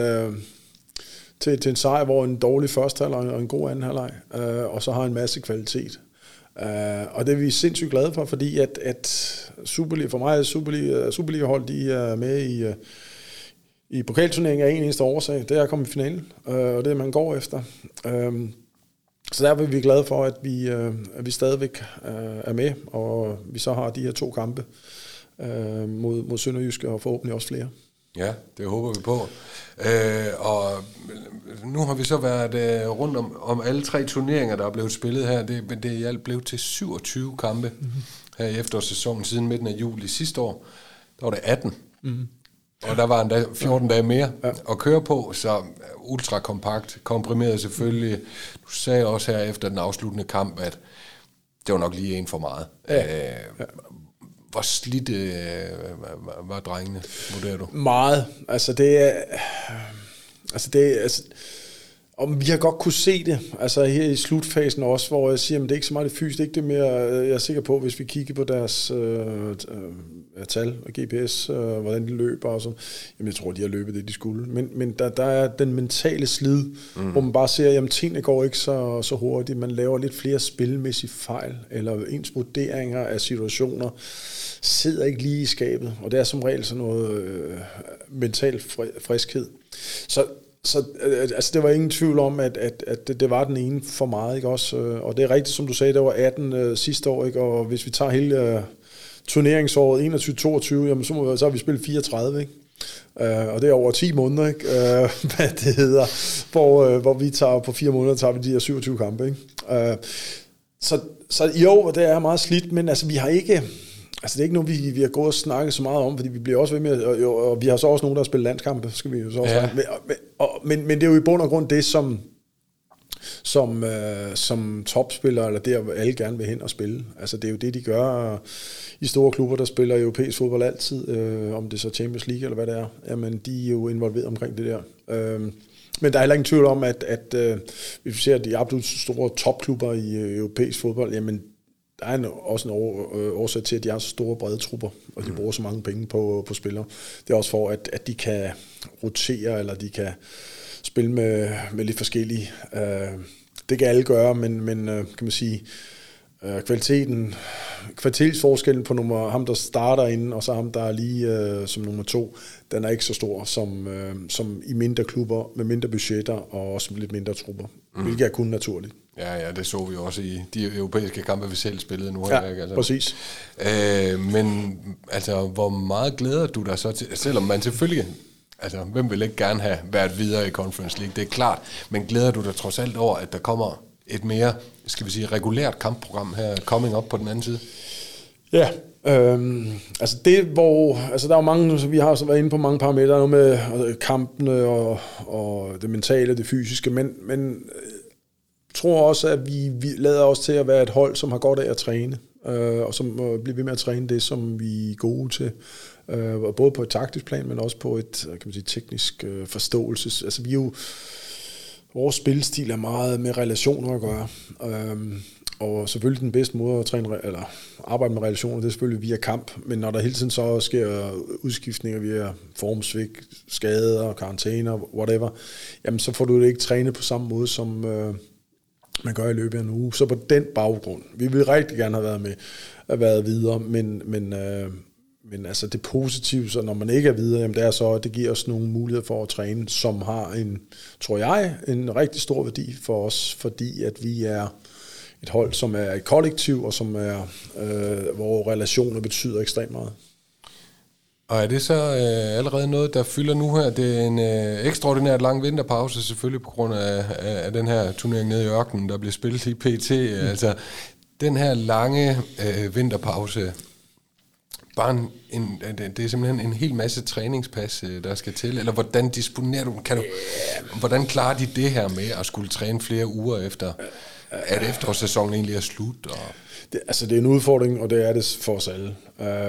til en sejr, hvor en dårlig første halvleg og en god anden halvleg, og så har en masse kvalitet. Og det er vi sindssygt glade for, fordi at Superliga, for mig er Superliga-hold, de er med i pokalturneringen af en eneste årsag, det er at komme i finalen, og det er man går efter. Så der er vi glade for, at vi stadigvæk er med, og vi så har de her 2 kampe mod Sønderjyske, og forhåbentlig også flere. Ja, det håber vi på. Og nu har vi så været rundt om alle 3 turneringer, der er blevet spillet her. Det er i alt blevet til 27 kampe her i efterårssæsonen siden midten af juli sidste år. Der var det 18. Og der var endda 14 dage mere at køre på, så ultrakompakt, komprimeret selvfølgelig. Du sagde også her efter den afsluttende kamp, at det var nok lige en for meget. Ja. Hvor slidt var drengene, vurderer du? Meget. Og vi har godt kunne se det, altså her i slutfasen også, hvor jeg siger, at det er ikke så meget det fysiske, det er ikke det mere, jeg er sikker på, hvis vi kigger på deres tal og GPS, hvordan de løber og sådan, jamen jeg tror, de har løbet det, de skulle, men der er den mentale slid, hvor man bare ser, jamen tingene går ikke så hurtigt, man laver lidt flere spilmæssige fejl, eller ens vurderinger af situationer sidder ikke lige i skabet, og det er som regel sådan noget mental friskhed. Så det var ingen tvivl om, at det var den ene for meget, ikke også? Og det er rigtigt, som du sagde, det var 18 sidste år, ikke? Og hvis vi tager hele turneringsåret 21-22, jamen så har vi spillet 34, ikke? Og det er over 10 måneder, ikke? Hvad det hedder, hvor vi tager på 4 måneder, tager vi de her 27 kampe, ikke? Så jo, det er meget slidt, men altså vi har ikke... Altså det er ikke noget, vi har gået og snakket så meget om, fordi vi bliver også ved med, og vi har så også nogen, der har spillet landskampe, skal vi jo så også men det er jo i bund og grund det, som topspillere, eller det, alle gerne vil hen og spille. Altså det er jo det, de gør i store klubber, der spiller europæisk fodbold altid, om det er så Champions League, eller hvad det er. Jamen, de er jo involveret omkring det der. Men der er heller ingen tvivl om, at hvis vi ser de absolut store topklubber i europæisk fodbold, jamen, der er også en årsag til, at de har så store brede trupper, og de bruger så mange penge på spillere. Det er også for, at de kan rotere, eller de kan spille med lidt forskellige. Det kan alle gøre, men kan man sige, kvalitetsforskellen på ham, der starter inden, og så ham, der er lige som nummer 2, den er ikke så stor som i mindre klubber, med mindre budgetter, og også lidt mindre trupper, hvilket er kun naturligt. Ja, det så vi også i de europæiske kampe, vi selv spillede nu. Ja, ikke? Altså. Præcis. Men altså, hvor meget glæder du dig så til, selvom man selvfølgelig, altså, hvem vil ikke gerne have været videre i Conference League, det er klart, men glæder du dig trods alt over, at der kommer et mere, skal vi sige, regulært kampprogram her, coming up på den anden side? Ja, altså det, hvor, altså der er jo mange, vi har så været inde på mange parametre, noget med kampene og det mentale, det fysiske, men tror også, at vi lader os til at være et hold, som har godt af at træne, og som bliver ved med at træne det, som vi er gode til, både på et taktisk plan, men også på et, kan man sige, teknisk forståelse. Altså vi er jo, vores spilstil er meget med relationer at gøre, og selvfølgelig den bedste måde at træne, eller arbejde med relationer, det er selvfølgelig via kamp, men når der hele tiden så sker udskiftninger via formsvigt, skader, karantæner, whatever, jamen så får du det ikke trænet på samme måde, som man gør i løbet af en uge. Så på den baggrund, vi vil rigtig gerne have været videre, men altså det positive, så når man ikke er videre, jamen det er så, at det giver os nogle muligheder for at træne, som har tror jeg, en rigtig stor værdi for os, fordi at vi er et hold, som er et kollektiv, og som er, hvor relationer betyder ekstremt meget. Og er det så allerede noget, der fylder nu her? Det er en ekstraordinært lang vinterpause, selvfølgelig på grund af den her turnering nede i ørkenen, der bliver spillet i PT. Altså, den her lange vinterpause, bare det er simpelthen en hel masse træningspas, der skal til. Eller hvordan disponerer du? Hvordan klarer de det her med at skulle træne flere uger efter, at efterårssæsonen egentlig er slut? Og det er en udfordring, og det er det for os alle.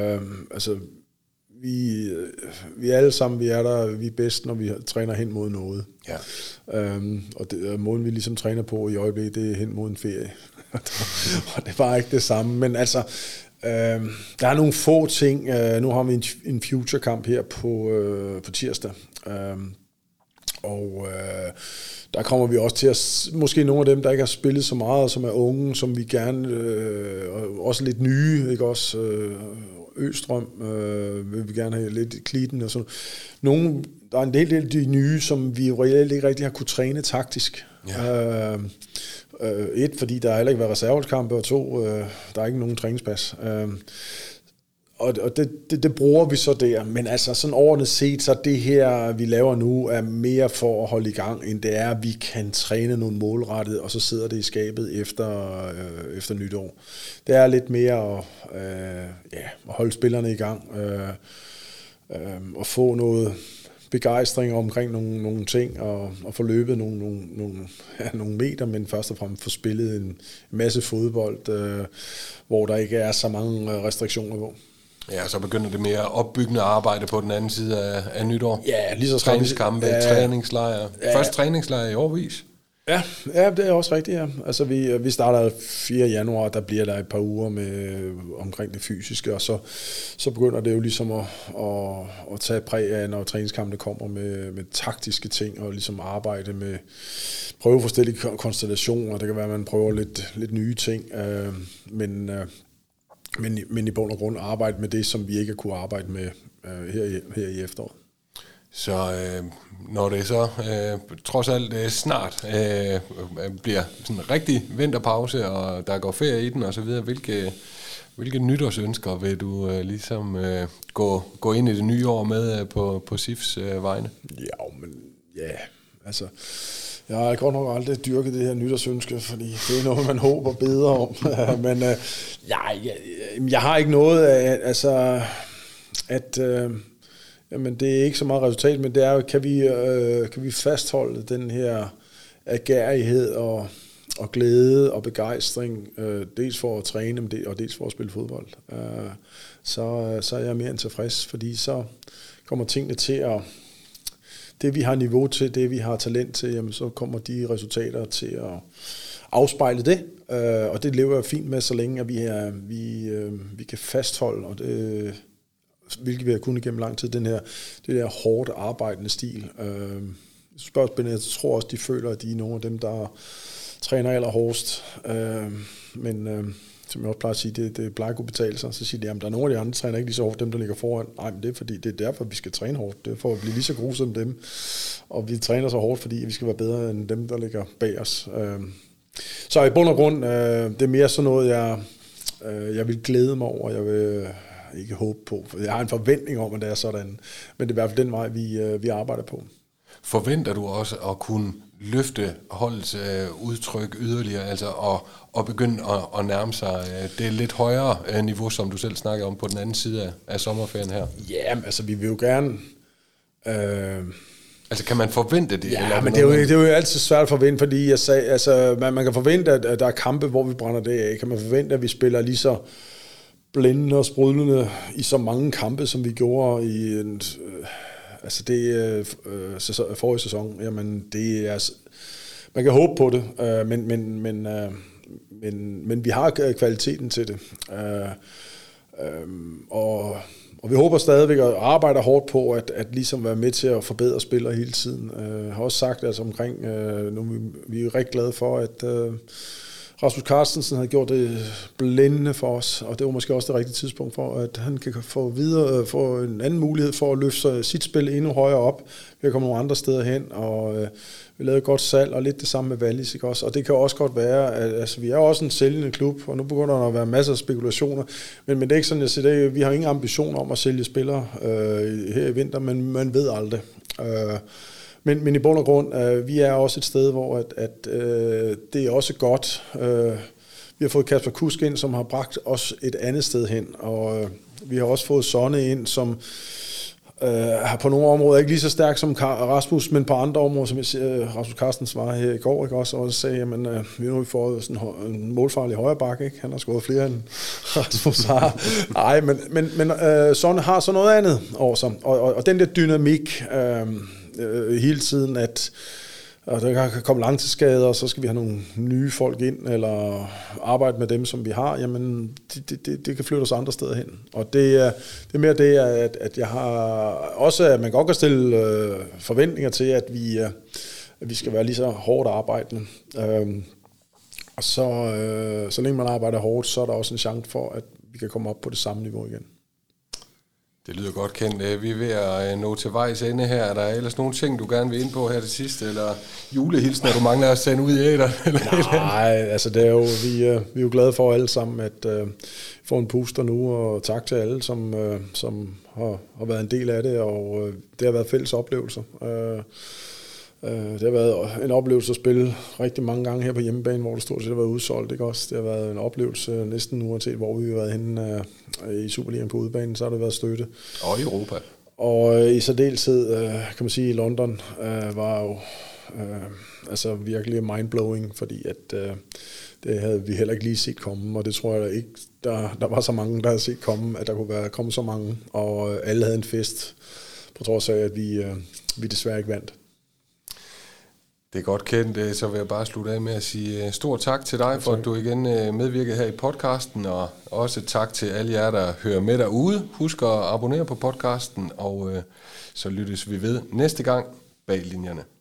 Vi alle sammen, vi er er bedst, når vi træner hen mod noget. Ja. Og måden, vi ligesom træner på i øjeblikket, det er hen mod en ferie. Og det er bare ikke det samme. Men altså, der er nogle få ting. Nu har vi en future-kamp her på tirsdag. Og der kommer vi også til at, måske nogle af dem, der ikke har spillet så meget, som er unge, som vi gerne, også lidt nye, ikke også, Østrøm vil vi gerne have lidt i klitten og sådan. Der er en del af de nye, som vi reelt ikke rigtig har kunne træne taktisk. Ja. Fordi der har heller ikke været reservekampe, og 2, der er ikke nogen træningspas. Og det bruger vi så der, men altså sådan overordnet set, så det her, vi laver nu, er mere for at holde i gang, end det er, at vi kan træne nogle målrettet, og så sidder det i skabet efter nytår. Det er lidt mere at holde spillerne i gang, og få noget begejstring omkring nogle ting, og få løbet nogle meter, men først og fremmest få spillet en masse fodbold, hvor der ikke er så mange restriktioner på. Ja, så begynder det mere opbyggende arbejde på den anden side af nytår. Ja, lige så træningskampe, træningslejre. Først træningslejre i årvis. Ja, det er også rigtigt, ja. Altså, vi starter 4. januar, der bliver der et par uger med omkring det fysiske, og så begynder det jo ligesom at tage præg af, når træningskampene kommer med taktiske ting, og ligesom arbejde med, prøve forskellige konstellationer. Det kan være, at man prøver lidt nye ting, men i bund og grund arbejde med det, som vi ikke kunne arbejde med her i efteråret. Så når det så trods alt snart bliver sådan en rigtig vinterpause, og der går ferie i den og så videre, hvilke nytårsønsker vil du ligesom gå ind i det nye år med på SIFs vegne? Altså, jeg har godt nok aldrig dyrket det her nytårsønske, fordi det er noget, man håber bedre om. Men jeg har ikke noget af, altså, at... Jamen, det er ikke så meget resultat, men det er jo, kan vi fastholde den her agerighed og glæde og begejstring, dels for at træne, og dels for at spille fodbold. Så er jeg mere end tilfreds, fordi så kommer tingene til at... Det vi har niveau til, det vi har talent til, jamen, så kommer de resultater til at afspejle det. Og det lever jeg fint med, så længe at vi kan fastholde, og det... hvilket vi har kunnet gennem lang tid, det der hårdt arbejdende stil. Jeg tror også, de føler, at de er nogle af dem, der træner allerhårdest. Men som jeg også plejer at sige, det plejer at kunne betale sig. Så siger de, at der er nogle af de andre, der træner ikke lige så hårdt, dem der ligger foran. Nej, men det er fordi, det er derfor, vi skal træne hårdt. Det er for at blive lige så gode som dem. Og vi træner så hårdt, fordi vi skal være bedre end dem, der ligger bag os. Så i bund og grund, det er mere sådan noget, jeg vil glæde mig over. Jeg vil ikke håbe på, for jeg har en forventning om, at det er sådan, men det er i hvert fald den vej, vi arbejder på. Forventer du også at kunne løfte holdets udtryk yderligere, altså og begynde at nærme sig det lidt højere niveau, som du selv snakker om på den anden side af sommerferien her? Ja, altså vi vil jo gerne... Altså kan man forvente det? Ja, eller men det er jo altid svært at forvente, fordi jeg sagde, altså, man kan forvente, at der er kampe, hvor vi brænder det af. Kan man forvente, at vi spiller lige så blændende og sprudlende i så mange kampe, som vi gjorde i forrige sæson. Jamen, det er... Man kan håbe på det, men vi har kvaliteten til det. Og vi håber stadigvæk at arbejde hårdt på at ligesom være med til at forbedre spillere hele tiden. Jeg har også sagt altså omkring, nu vi er rigtig glade for, at Rasmus Carstensen havde gjort det blændende for os, og det var måske også det rigtige tidspunkt for, at han kan få en anden mulighed for at løfte sit spil endnu højere op. Vi kan komme nogle andre steder hen, og vi lavede et godt salg, og lidt det samme med Wallis, ikke også? Og det kan også godt være, at altså, vi er også en sælgende klub, og nu begynder der at være masser af spekulationer, men det er ikke sådan, jeg siger det. Vi har ingen ambitioner om at sælge spillere her i vinter, men man ved aldrig. Men i bund og grund, vi er også et sted, hvor at det er også godt. Vi har fået Kasper Kusk ind, som har bragt os et andet sted hen, og vi har også fået Sonne ind, som har på nogle områder ikke lige så stærk som Rasmus, men på andre områder, som jeg siger, Rasmus Carstens var her i går, ikke også, og sagde, jamen, vi har nu fået sådan en målfarlig højre bakke, ikke? Han har scoret flere end Rasmus har. Nej, men Sonne har så noget andet over sig, og den der dynamik, hele tiden, at der kan komme langtidsskader, og så skal vi have nogle nye folk ind, eller arbejde med dem, som vi har, jamen, det kan flytte os andre steder hen. Og det er mere det, at jeg har også, at man godt kan stille forventninger til, at vi skal være lige så hårdt arbejdende. Og så længe man arbejder hårdt, så er der også en chance for, at vi kan komme op på det samme niveau igen. Det lyder godt kendt. Vi er ved at nå til vejs ende her. Er der ellers nogle ting, du gerne vil ind på her til sidst? Eller julehilsen, du mangler at sende ud i æderen? Nej, altså det er jo, vi er jo glade for alle sammen, at få en puster nu, og tak til alle, som har været en del af det, og det har været fælles oplevelser. Det har været en oplevelse at spille rigtig mange gange her på hjemmebane, hvor det stort set har været udsolgt, ikke også? Det har været en oplevelse næsten uanset, hvor vi har været henne i Superligaen på udebanen, så har det været støtte. Og i Europa. Og i særdeleshed, kan man sige, i London var jo altså virkelig mindblowing, fordi at det havde vi heller ikke lige set komme, og det tror jeg ikke, der var så mange, der havde set komme, at der kunne være kommet så mange, og alle havde en fest, på trods af, at vi desværre ikke vandt. Det er godt kendt, så vil jeg bare slutte af med at sige stor tak til dig, for at du igen medvirkede her i podcasten, og også tak til alle jer, der hører med derude. Husk at abonnere på podcasten, og så lyttes vi ved næste gang bag linjerne.